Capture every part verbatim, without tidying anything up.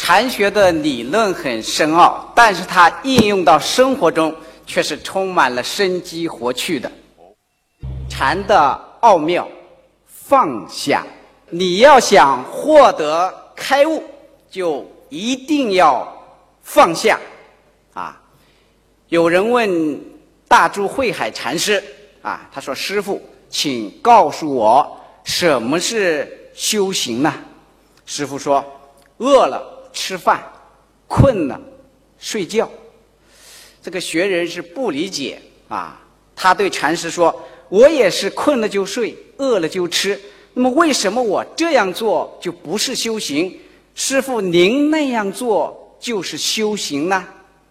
禅学的理论很深奥，但是它应用到生活中却是充满了生机活趣的。禅的奥妙，放下。你要想获得开悟，就一定要放下。啊，有人问大珠慧海禅师啊，他说：“师父，请告诉我什么是修行呢？”师父说：“饿了吃饭，困了睡觉。”这个学人是不理解啊，他对禅师说：“我也是困了就睡，饿了就吃，那么为什么我这样做就不是修行？师父您那样做就是修行呢？”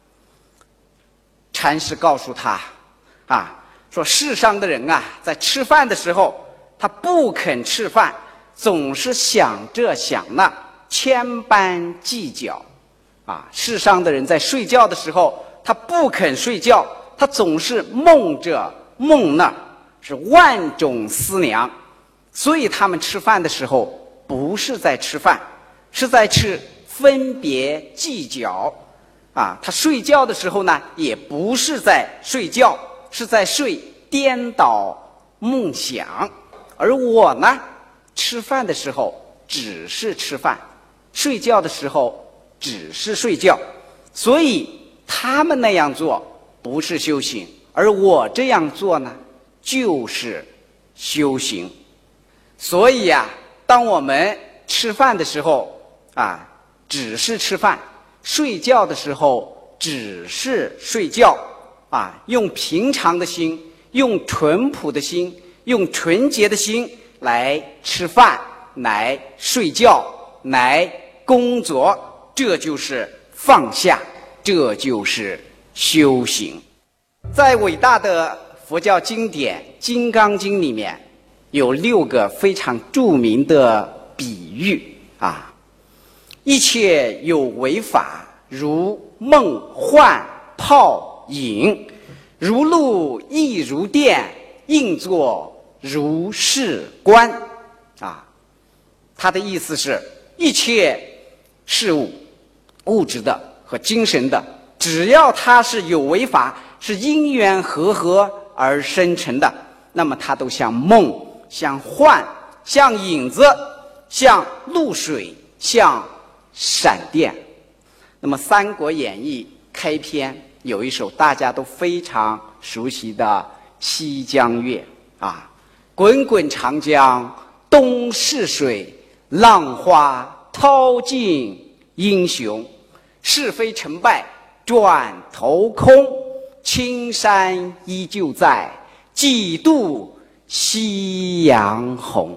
禅师告诉他啊，说世上的人啊，在吃饭的时候他不肯吃饭，总是想这想那，千般计较啊。世上的人在睡觉的时候他不肯睡觉，他总是梦着梦那，是万种思量。所以他们吃饭的时候不是在吃饭，是在吃分别计较啊。他睡觉的时候呢，也不是在睡觉，是在睡颠倒梦想。而我呢，吃饭的时候只是吃饭，睡觉的时候只是睡觉。所以他们那样做不是修行，而我这样做呢，就是修行。所以啊，当我们吃饭的时候啊，只是吃饭；睡觉的时候只是睡觉啊，用平常的心，用淳朴的心，用纯洁的心来吃饭，来睡觉，来工作，这就是放下，这就是修行。在伟大的佛教经典《金刚经》里面，有六个非常著名的比喻啊。一切有为法，如梦幻泡影，如露亦如电，应作如是观啊。他的意思是，一切事物，物质的和精神的，只要它是有为法，是因缘和合而生成的，那么它都像梦，像幻，像影子，像露水，像闪电。那么《三国演义》开篇有一首大家都非常熟悉的《西江月》啊，滚滚长江东逝水，浪花淘尽英雄。是非成败转头空，青山依旧在，几度夕阳红。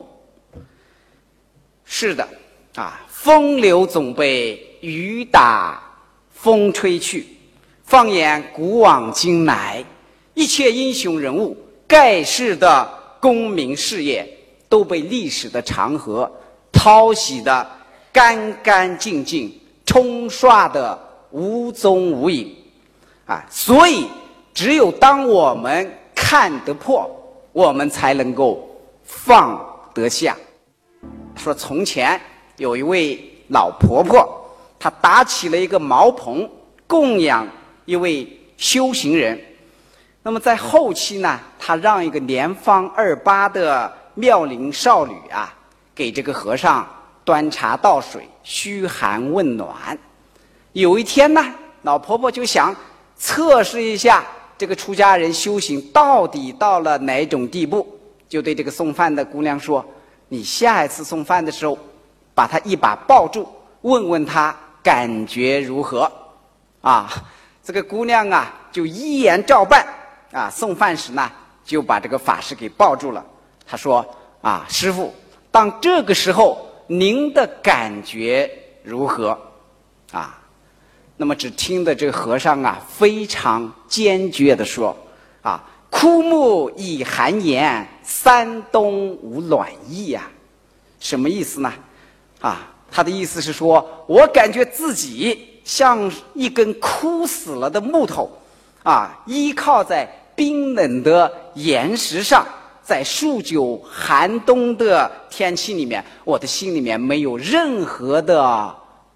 是的啊，风流总被雨打风吹去。放眼古往今来，一切英雄人物，盖世的功名事业，都被历史的长河淘洗的干干净净，冲刷的无踪无影啊。所以只有当我们看得破，我们才能够放得下。说从前有一位老婆婆，她搭起了一个茅棚，供养一位修行人。那么在后期呢，她让一个年方二八的妙龄少女啊，给这个和尚端茶倒水，嘘寒问暖。有一天呢，老婆婆就想测试一下这个出家人修行到底到了哪种地步，就对这个送饭的姑娘说：“你下一次送饭的时候，把她一把抱住，问问她感觉如何。”啊，这个姑娘啊就依言照办啊。送饭时呢，就把这个法师给抱住了。她说：“啊，师父，当这个时候您的感觉如何？”啊。那么只听得这个和尚啊非常坚决地说：“啊，枯木已寒颜，山冬无暖意呀。”什么意思呢？啊，他的意思是说，我感觉自己像一根枯死了的木头啊，依靠在冰冷的岩石上，在数九寒冬的天气里面，我的心里面没有任何的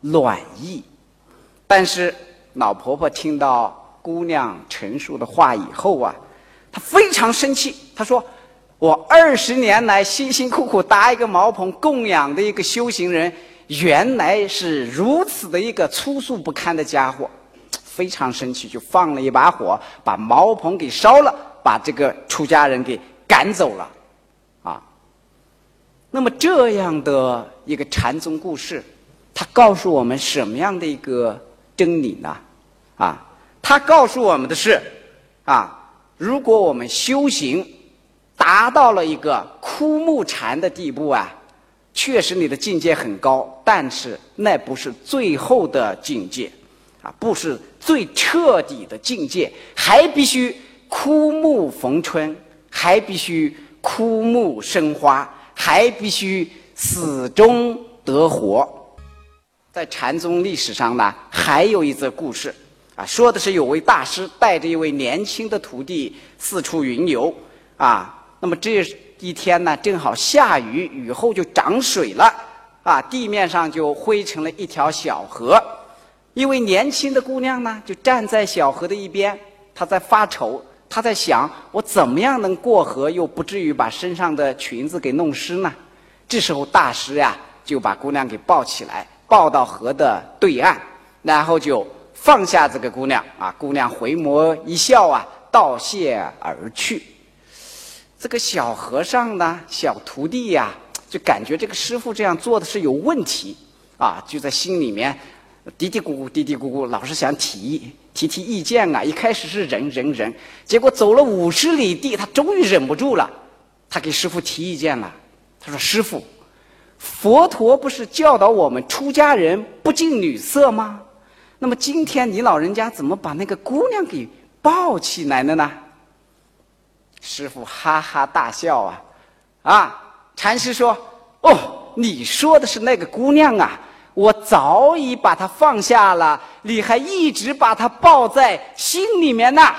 暖意。但是老婆婆听到姑娘陈述的话以后啊，她非常生气。她说：“我二十年来辛辛苦苦搭一个茅棚供养的一个修行人，原来是如此的一个粗俗不堪的家伙。”非常生气，就放了一把火，把茅棚给烧了，把这个出家人给赶走了。啊，那么这样的一个禅宗故事，它告诉我们什么样的一个真理呢？啊，它告诉我们的是，啊，如果我们修行达到了一个枯木禅的地步啊，确实你的境界很高，但是那不是最后的境界。啊，不是最彻底的境界，还必须枯木逢春，还必须枯木生花，还必须死中得活。在禅宗历史上呢，还有一则故事啊，说的是有位大师带着一位年轻的徒弟四处云游啊，那么这一天呢，正好下雨，雨后就涨水了啊，地面上就汇成了一条小河。一位年轻的姑娘呢，就站在小河的一边，她在发愁，她在想，我怎么样能过河，又不至于把身上的裙子给弄湿呢？这时候大师呀，就把姑娘给抱起来，抱到河的对岸，然后就放下这个姑娘啊，姑娘回眸一笑啊，道谢而去。这个小和尚呢，小徒弟呀，就感觉这个师父这样做的是有问题啊，就在心里面嘀嘀咕咕嘀嘀咕咕，老是想提提提意见啊。一开始是忍忍忍，结果走了五十里地，他终于忍不住了，他给师父提意见了。他说：“师父，佛陀不是教导我们出家人不近女色吗？那么今天你老人家怎么把那个姑娘给抱起来了呢？”师父哈哈大笑啊啊！禅师说：“哦，你说的是那个姑娘啊。我早已把它放下了，你还一直把它抱在心里面呢。”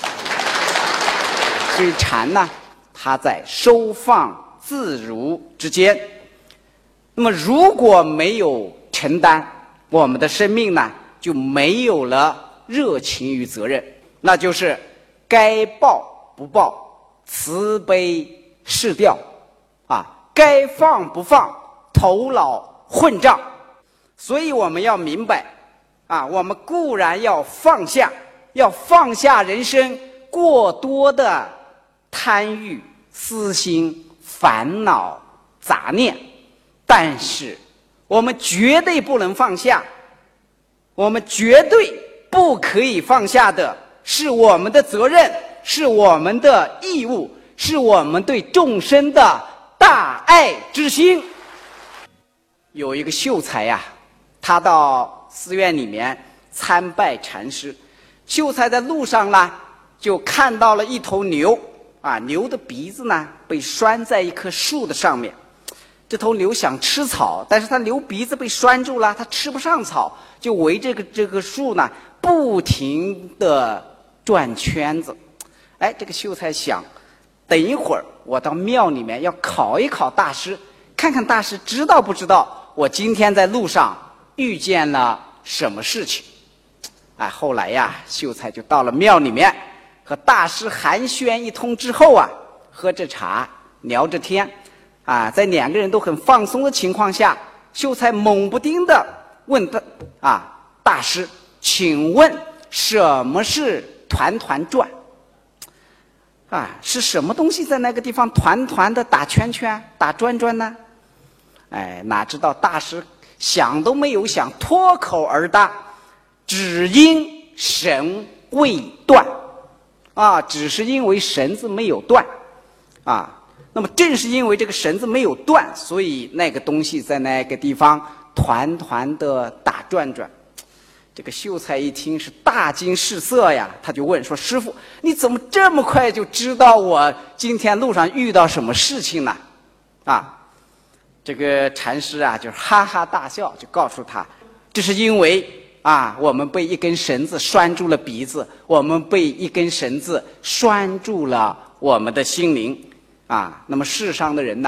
所以禅呢，它在收放自如之间。那么如果没有承担，我们的生命呢就没有了热情与责任，那就是该抱不抱，慈悲释掉啊，该放不放，头脑混账。所以我们要明白啊，我们固然要放下，要放下人生过多的贪欲、私心、烦恼、杂念，但是我们绝对不能放下，我们绝对不可以放下的是我们的责任，是我们的义务，是我们对众生的大爱之心。有一个秀才呀、啊他到寺院里面参拜禅师，秀才在路上呢，就看到了一头牛啊，牛的鼻子呢被拴在一棵树的上面。这头牛想吃草，但是它牛鼻子被拴住了，它吃不上草，就围这个这个树呢不停的转圈子。哎，这个秀才想，等一会儿我到庙里面要考一考大师，看看大师知道不知道我今天在路上遇见了什么事情。哎，后来呀，秀才就到了庙里面，和大师寒暄一通之后啊，喝着茶，聊着天，啊，在两个人都很放松的情况下，秀才猛不丁的问他啊，大师，请问什么是团团转？啊，是什么东西在那个地方团团的打圈圈、打转转呢？哎，哪知道大师想都没有想，脱口而答：只因绳未断。啊，只是因为绳子没有断。啊，那么正是因为这个绳子没有断，所以那个东西在那个地方团团的打转转。这个秀才一听是大惊失色呀，他就问说：师父，你怎么这么快就知道我今天路上遇到什么事情呢？啊，这个禅师啊就哈哈大笑，就告诉他，这是因为啊我们被一根绳子拴住了鼻子，我们被一根绳子拴住了我们的心灵啊。那么世上的人呢，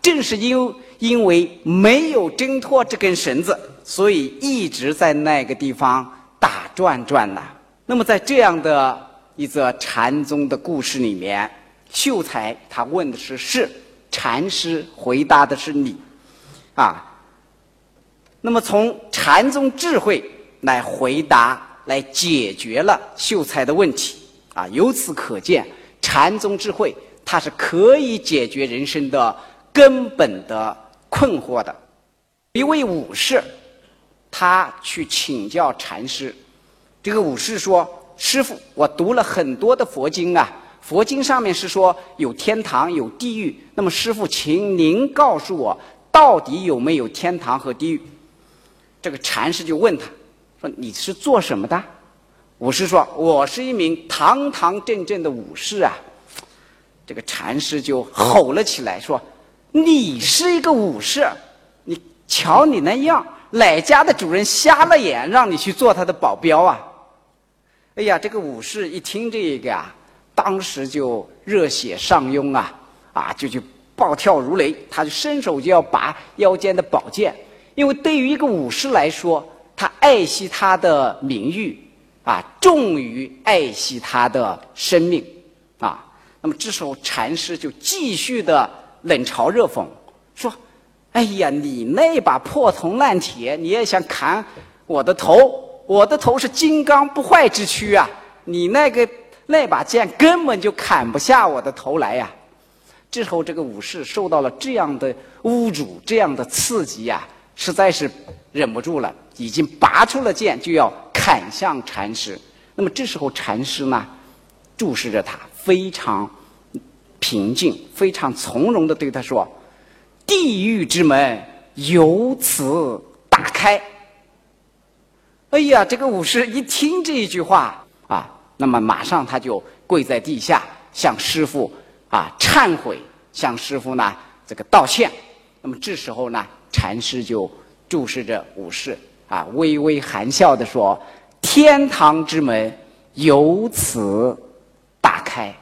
正是因因为没有挣脱这根绳子，所以一直在那个地方打转转呐。那么在这样的一则禅宗的故事里面，秀才他问的是是，禅师回答的是理啊。那么从禅宗智慧来回答，来解决了秀才的问题啊。由此可见，禅宗智慧它是可以解决人生的根本的困惑的。一位武士，他去请教禅师，这个武士说：“师父，我读了很多的佛经啊，佛经上面是说有天堂有地狱，那么师父，请您告诉我，到底有没有天堂和地狱？”这个禅师就问他说：“你是做什么的？”武士说：“我是一名堂堂正正的武士啊。”这个禅师就吼了起来说：“你是一个武士，你瞧你那样，哪家的主人瞎了眼让你去做他的保镖啊？”哎呀，这个武士一听这个啊，当时就热血上涌啊，啊，就去暴跳如雷，他就伸手就要拔腰间的宝剑，因为对于一个武士来说，他爱惜他的名誉啊，重于爱惜他的生命啊。那么这时候禅师就继续的冷嘲热讽，说：“哎呀，你那把破铜烂铁，你也想砍我的头？我的头是金刚不坏之躯啊！你那个那把剑根本就砍不下我的头来呀！”之后这个武士受到了这样的侮辱，这样的刺激呀、啊，实在是忍不住了，已经拔出了剑就要砍向禅师。那么这时候禅师呢，注视着他，非常平静，非常从容地对他说：“地狱之门由此打开。”哎呀，这个武士一听这一句话啊，那么马上他就跪在地下向师父啊忏悔，向师父呢这个道歉。那么这时候呢，禅师就注视着武士啊，微微含笑地说：“天堂之门由此打开。”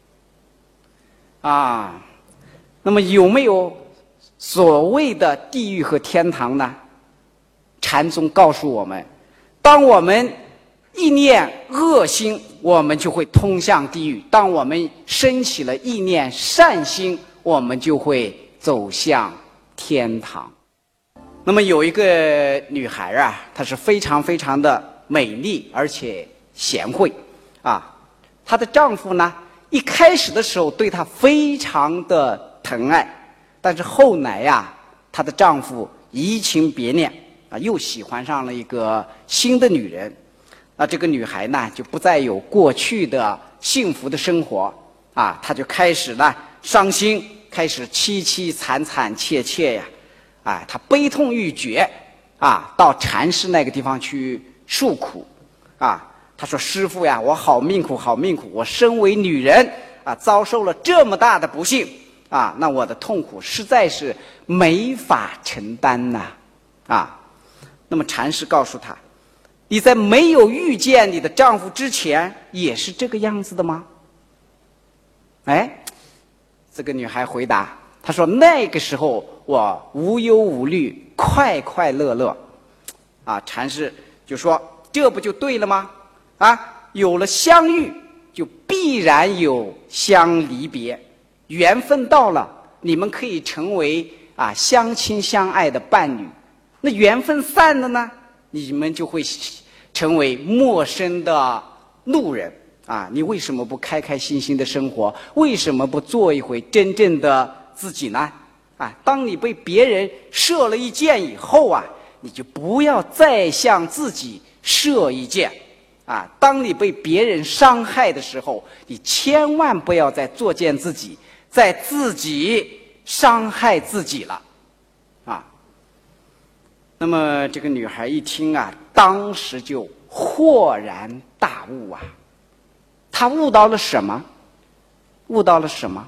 啊，那么有没有所谓的地狱和天堂呢？禅宗告诉我们，当我们一念恶心，我们就会通向地狱；当我们升起了一念善心，我们就会走向天堂。那么有一个女孩啊，她是非常非常的美丽而且贤惠啊，她的丈夫呢，一开始的时候对她非常的疼爱，但是后来呀、啊，她的丈夫移情别恋啊，又喜欢上了一个新的女人。那这个女孩呢，就不再有过去的幸福的生活啊，她就开始呢伤心，开始凄凄惨惨切切呀，啊，她悲痛欲绝啊，到禅师那个地方去诉苦啊。她说：“师父呀，我好命苦，好命苦！我身为女人啊，遭受了这么大的不幸啊，那我的痛苦实在是没法承担呐！”啊，那么禅师告诉她：“你在没有遇见你的丈夫之前，也是这个样子的吗？”哎，这个女孩回答，她说：“那个时候我无忧无虑，快快乐乐。”啊，禅师就说：“这不就对了吗？啊，有了相遇，就必然有相离别，缘分到了，你们可以成为啊相亲相爱的伴侣。那缘分散了呢，你们就会成为陌生的路人啊！你为什么不开开心心的生活？为什么不做一回真正的自己呢？啊，当你被别人射了一箭以后啊，你就不要再向自己射一箭啊！当你被别人伤害的时候，你千万不要再作践自己，再自己伤害自己了啊！那么这个女孩一听啊，当时就豁然大悟啊！她悟到了什么？悟到了什么？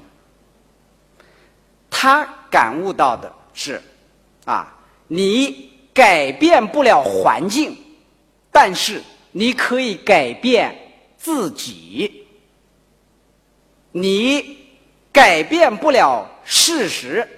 她感悟到的是，啊，你改变不了环境，但是你可以改变自己。你改变不了事实，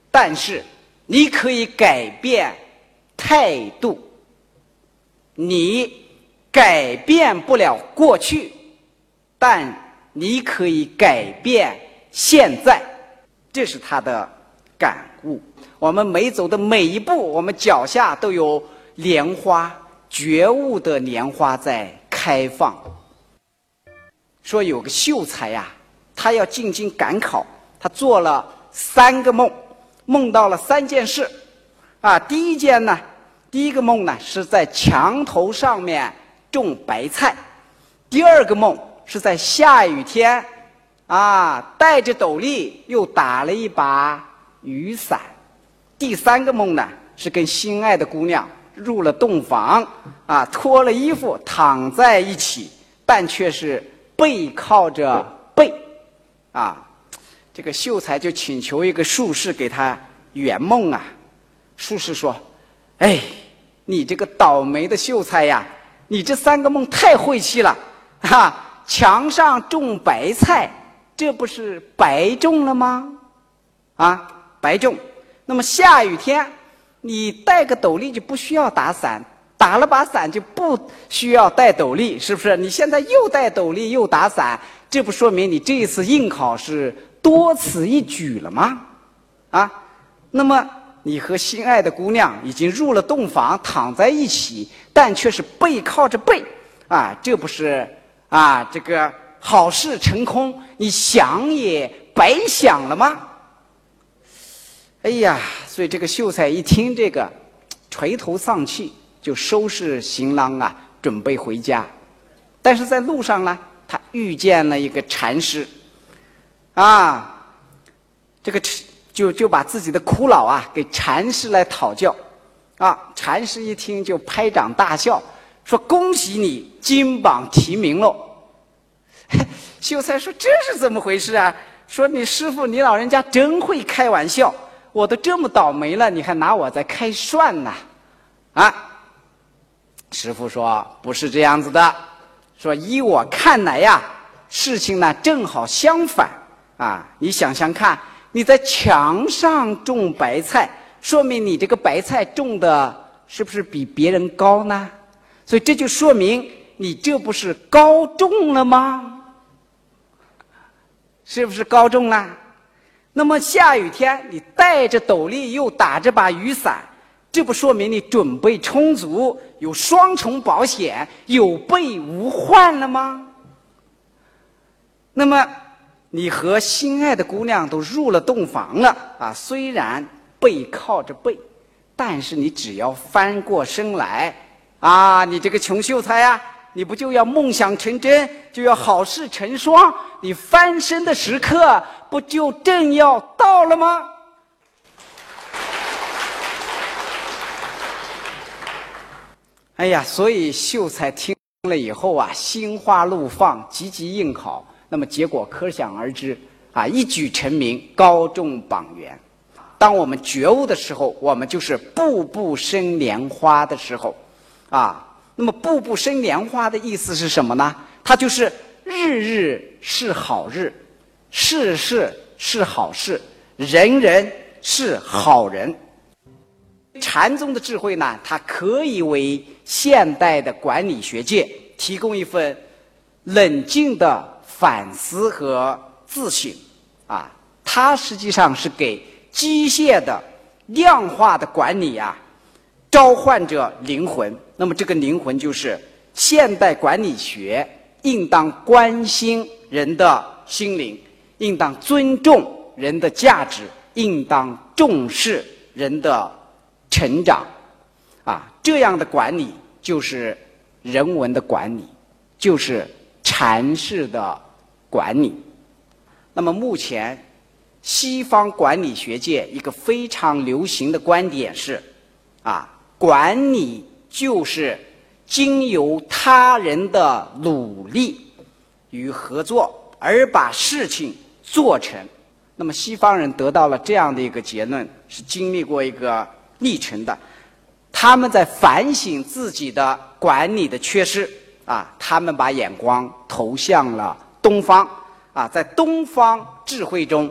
但是你可以改变态度，你改变不了过去，但你可以改变现在。这是他的感悟。我们每走的每一步，我们脚下都有莲花，觉悟的莲花在开放。说有个秀才呀、啊，他要进京赶考，他做了三个梦，梦到了三件事啊。第一件呢，第一个梦呢是在墙头上面种白菜，第二个梦是在下雨天啊，带着斗笠又打了一把雨伞，第三个梦呢是跟心爱的姑娘入了洞房啊，脱了衣服躺在一起，但却是背靠着背啊。这个秀才就请求一个术士给他圆梦啊。术士说：哎，你这个倒霉的秀才呀，你这三个梦太晦气了啊！墙上种白菜，这不是白种了吗？啊，白种。那么下雨天你带个斗笠就不需要打伞，打了把伞就不需要带斗笠，是不是？你现在又带斗笠又打伞，这不说明你这一次应考是多此一举了吗？啊，那么你和心爱的姑娘已经入了洞房，躺在一起，但却是背靠着背啊，这不是啊这个好事成空，你想也白想了吗？哎呀，所以这个秀才一听这个，垂头丧气，就收拾行囊啊，准备回家。但是在路上呢，他遇见了一个禅师，啊，这个就就把自己的苦恼啊给禅师来讨教，啊，禅师一听就拍掌大笑，说：“恭喜你金榜题名喽！”秀才说：“这是怎么回事啊？”说：“你师父，你老人家真会开玩笑。我都这么倒霉了，你还拿我在开涮呢？”啊，师父说：“不是这样子的，说依我看来呀，事情呢正好相反啊。你想想看，你在墙上种白菜，说明你这个白菜种的是不是比别人高呢？所以这就说明你这不是高中了吗？是不是高中了？那么下雨天你带着斗笠又打着把雨伞，这不说明你准备充足，有双重保险，有备无患了吗？那么你和心爱的姑娘都入了洞房了啊，虽然背靠着背，但是你只要翻过身来啊，你这个穷秀才啊，你不就要梦想成真，就要好事成双，你翻身的时刻不就正要到了吗？哎呀，所以秀才听了以后啊，心花怒放，积极应考，那么结果可想而知啊，一举成名，高中榜元。当我们觉悟的时候，我们就是步步生莲花的时候啊。那么步步生莲花的意思是什么呢？它就是日日是好日，事事是好事，人人是好人。禅宗的智慧呢，它可以为现代的管理学界提供一份冷静的反思和自省啊。它实际上是给机械的量化的管理啊召唤着灵魂。那么这个灵魂就是现代管理学应当关心人的心灵，应当尊重人的价值，应当重视人的成长啊，这样的管理就是人文的管理，就是禅式的管理。那么目前西方管理学界一个非常流行的观点是啊，管理就是经由他人的努力与合作而把事情做成。那么西方人得到了这样的一个结论，是经历过一个历程的，他们在反省自己的管理的缺失啊，他们把眼光投向了东方啊，在东方智慧中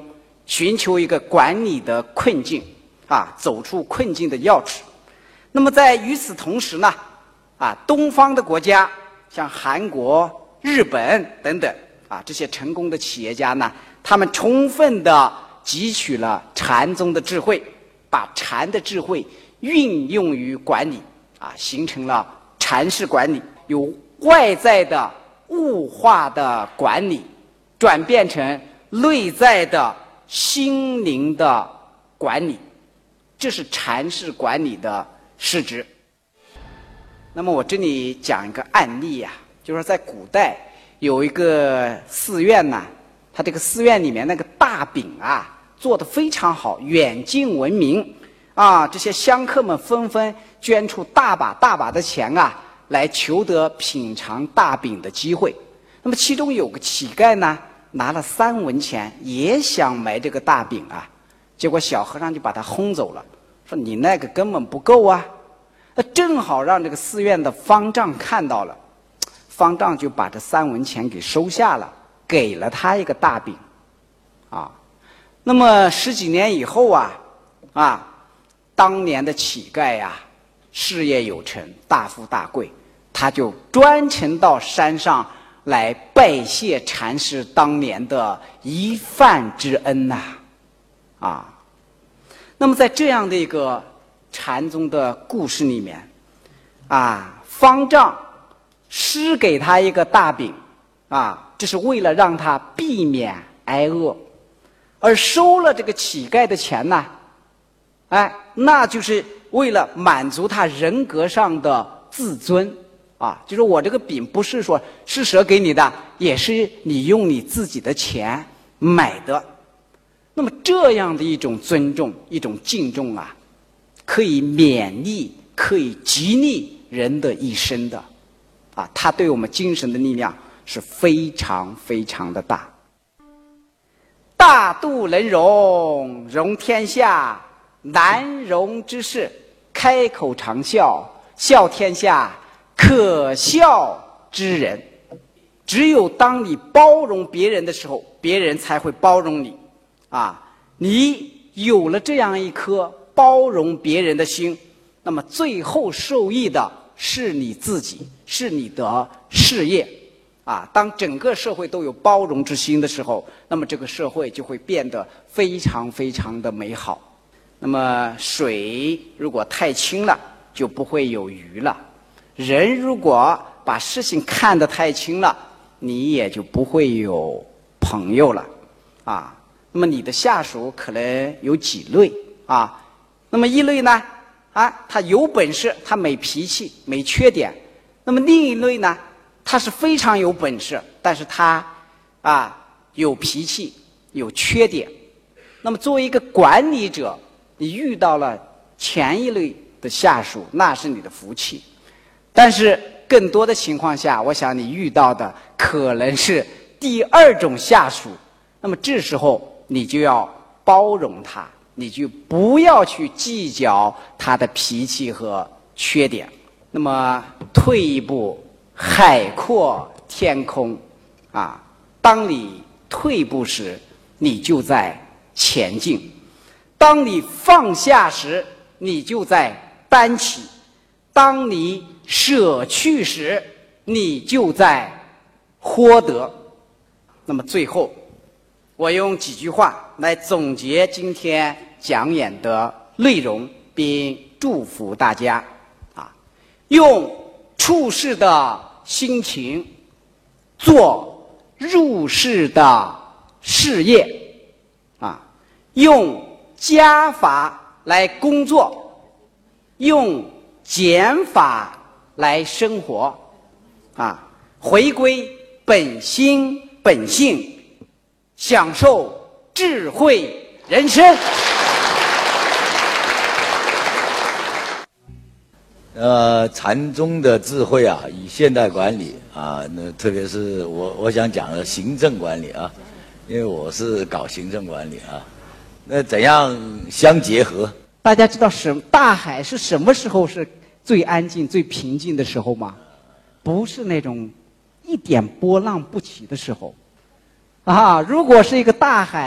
寻求一个管理的困境，啊，走出困境的钥匙。那么在与此同时呢，啊，东方的国家像韩国、日本等等，啊，这些成功的企业家呢，他们充分的汲取了禅宗的智慧，把禅的智慧运用于管理，啊，形成了禅式管理，由外在的物化的管理转变成内在的心灵的管理，这是禅式管理的实质。那么我这里讲一个案例呀、啊，就是在古代有一个寺院呢，它这个寺院里面那个大饼啊做得非常好，远近闻名啊，这些香客们纷纷捐出大把大把的钱啊，来求得品尝大饼的机会。那么其中有个乞丐呢，拿了三文钱，也想买这个大饼啊，结果小和尚就把他轰走了，说你那个根本不够啊。那正好让这个寺院的方丈看到了，方丈就把这三文钱给收下了，给了他一个大饼啊。那么十几年以后啊啊，当年的乞丐呀、啊，事业有成，大富大贵，他就专程到山上来拜谢禅师当年的一饭之恩呐、啊，啊，那么在这样的一个禅宗的故事里面，啊，方丈施给他一个大饼，啊，这是为了让他避免挨饿，而收了这个乞丐的钱呢，哎，那就是为了满足他人格上的自尊。啊，就是我这个饼不是说施舍给你的，也是你用你自己的钱买的。那么这样的一种尊重，一种敬重啊，可以勉励，可以激励人的一生的。啊，它对我们精神的力量是非常非常的大。大度能容，容天下；难容之事，开口常笑，笑天下。可笑之人，只有当你包容别人的时候，别人才会包容你。啊，你有了这样一颗包容别人的心，那么最后受益的是你自己，是你的事业。啊，当整个社会都有包容之心的时候，那么这个社会就会变得非常非常的美好。那么水如果太清了，就不会有鱼了。人如果把事情看得太清了，你也就不会有朋友了，啊。那么你的下属可能有几类啊？那么一类呢，啊，他有本事，他没脾气，没缺点。那么另一类呢，他是非常有本事，但是他啊有脾气，有缺点。那么作为一个管理者，你遇到了前一类的下属，那是你的福气。但是更多的情况下，我想你遇到的可能是第二种下属，那么这时候你就要包容他，你就不要去计较他的脾气和缺点。那么退一步，海阔天空啊！当你退步时，你就在前进；当你放下时，你就在搬起；当你舍去时，你就在获得。那么最后，我用几句话来总结今天讲演的内容，并祝福大家啊，用处世的心情做入世的事业啊，用加法来工作，用减法来生活，啊，回归本心本性，享受智慧人生。 呃，禅宗的智慧啊，以现代管理啊，那特别是我我想讲的行政管理啊，因为我是搞行政管理啊，那怎样相结合？ 大家知道什大海是什么时候是最安静、最平静的时候吗？不是那种一点波浪不起的时候，啊，如果是一个大海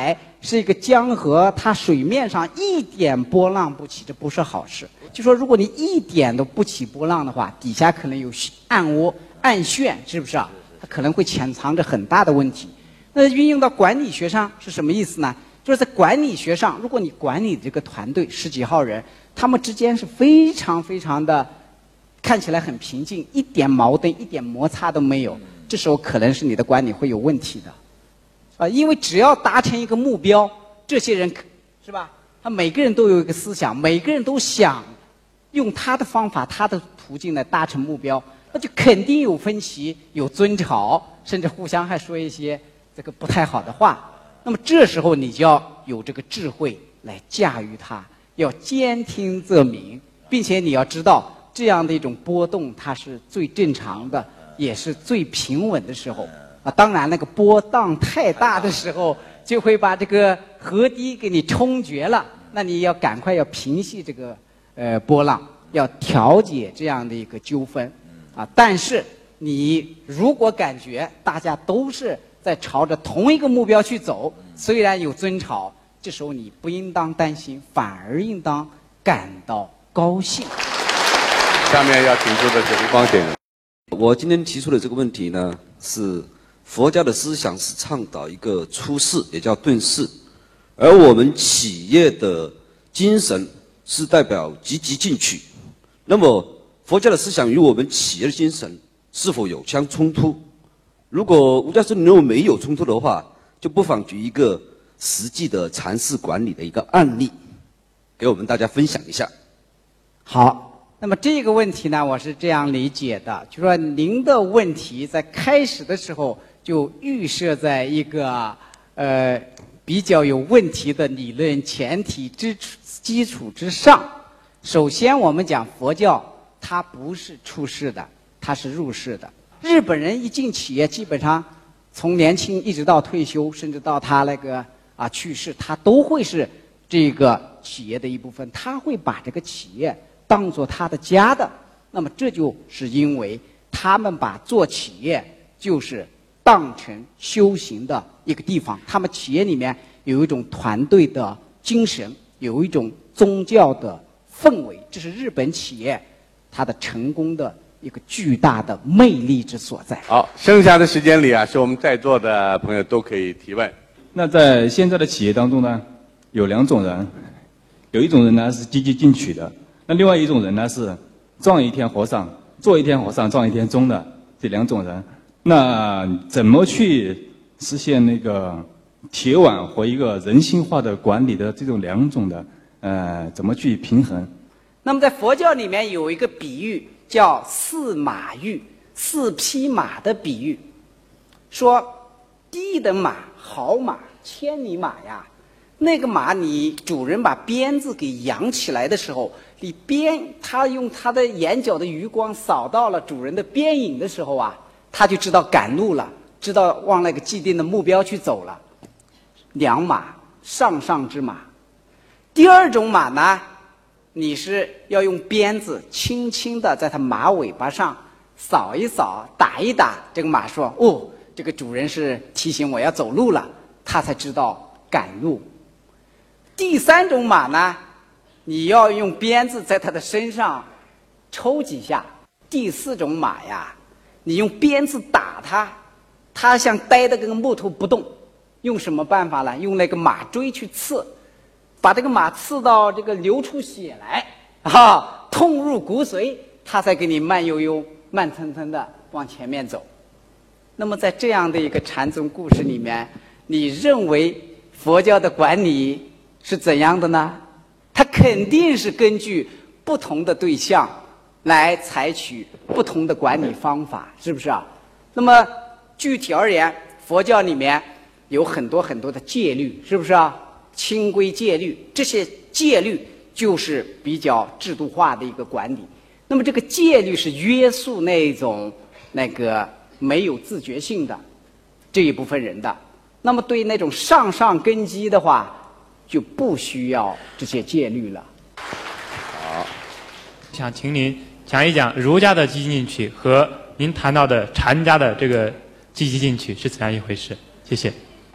是一个江河，它水面上一点波浪不起，这不是好事。就说如果你一点都不起波浪的话，底下可能有暗涡、暗漩，是不是啊？它可能会潜藏着很大的问题。那运用到管理学上是什么意思呢？就是在管理学上，如果你管理这个团队十几号人，他们之间是非常非常的看起来很平静，一点矛盾、一点摩擦都没有，这时候可能是你的管理会有问题的。啊，因为只要达成一个目标，这些人是吧？他每个人都有一个思想，每个人都想用他的方法、他的途径来达成目标，那就肯定有分歧、有争吵，甚至互相还说一些这个不太好的话。那么这时候你就要有这个智慧来驾驭它，要兼听则明，并且你要知道这样的一种波动，它是最正常的，也是最平稳的时候。啊，当然，那个波荡太大的时候，就会把这个河堤给你冲决了。那你要赶快要平息这个呃波浪，要调解这样的一个纠纷。啊，但是你如果感觉大家都是在朝着同一个目标去走，虽然有争吵，这时候你不应当担心，反而应当感到高兴。 下面要请出的是李光先生。 我今天提出的这个问题呢，是佛家的思想是倡导一个出世，也叫顿世，而我们企业的精神是代表积极进取。那么佛家的思想与我们企业的精神是否有相冲突？如果吴教授认为没有冲突的话，就不妨举一个实际的禅寺管理的一个案例，给我们大家分享一下。 好。那么这个问题呢，我是这样理解的，就说您的问题在开始的时候就预设在一个呃比较有问题的理论前提之基础之上。首先，我们讲佛教，它不是出世的，它是入世的。日本人一进企业，基本上从年轻一直到退休，甚至到他那个啊去世，他都会是这个企业的一部分，他会把这个企业当做他的家的。那么这就是因为他们把做企业就是当成修行的一个地方，他们企业里面有一种团队的精神，有一种宗教的氛围，这是日本企业它的成功的一个巨大的魅力之所在。 好，剩下的时间里啊，是我们在座的朋友都可以提问。 那在现在的企业当中呢，有两种人，有一种人呢是积极进取的，那另外一种人呢是撞一天和尚做一天和尚撞一天钟的这两种人。那怎么去实现那个铁腕和一个人性化的管理的这种两种的呃怎么去平衡？ 那么在佛教里面有一个比喻叫四马喻，四匹马的比喻，说第一等马好马千里马呀，那个马你主人把鞭子给扬起来的时候，你鞭他用他的眼角的余光扫到了主人的鞭影的时候啊，他就知道赶路了，知道往那个既定的目标去走了。良马，上上之马。第二种马呢，你是要用鞭子轻轻的在它马尾巴上扫一扫，打一打，这个马说哦，这个主人是提醒我要走路了，他才知道赶路。第三种马呢，你要用鞭子在它的身上抽几下。第四种马呀，你用鞭子打它，它像呆的跟个木头不动，用什么办法呢？用那个马锥去刺，把这个马刺到这个流出血来啊，痛入骨髓，它才给你慢悠悠、慢腾腾的往前面走。那么在这样的一个禅宗故事里面，你认为佛教的管理是怎样的呢？它肯定是根据不同的对象来采取不同的管理方法，是不是啊？那么具体而言，佛教里面有很多很多的戒律，是不是啊？清规戒律，这些戒律就是比较制度化的一个管理。那么这个戒律是约束那种那个没有自觉性的这一部分人的。那么对于那种上上根基的话，就不需要这些戒律了。 好， 想请您讲一讲儒家的积极进取和您谈到的禅家的这个积极进取是怎样一回事？谢谢。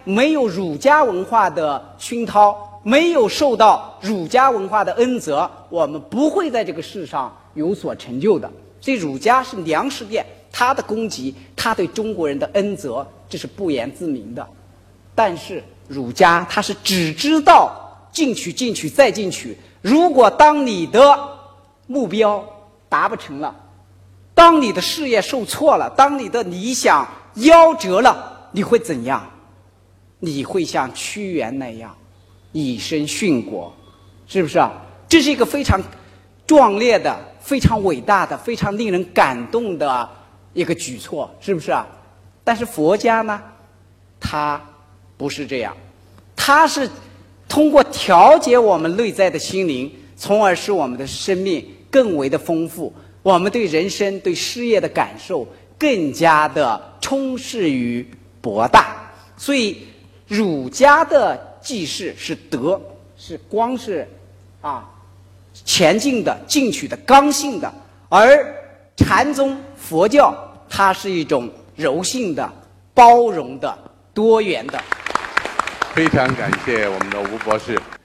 没有儒家文化的熏陶，没有受到儒家文化的恩泽，我们不会在这个世上有所成就的。所以儒家是良师殿，他的功绩，他对中国人的恩泽，这是不言自明的。但是儒家他是只知道进取、进取再进取。如果当你的目标达不成了，当你的事业受挫了，当你的理想夭折了，你会怎样？你会像屈原那样以身殉国，是不是啊？这是一个非常壮烈的、非常伟大的、非常令人感动的一个举措，是不是啊？但是佛家呢，他不是这样，他是通过调节我们内在的心灵，从而使我们的生命更为的丰富，我们对人生、对事业的感受更加的充实与博大。所以儒家的济世是德，是光是啊前进的、进取的、刚性的；而禅宗、佛教，它是一种柔性的、包容的、多元的。 非常感谢我们的吴博士。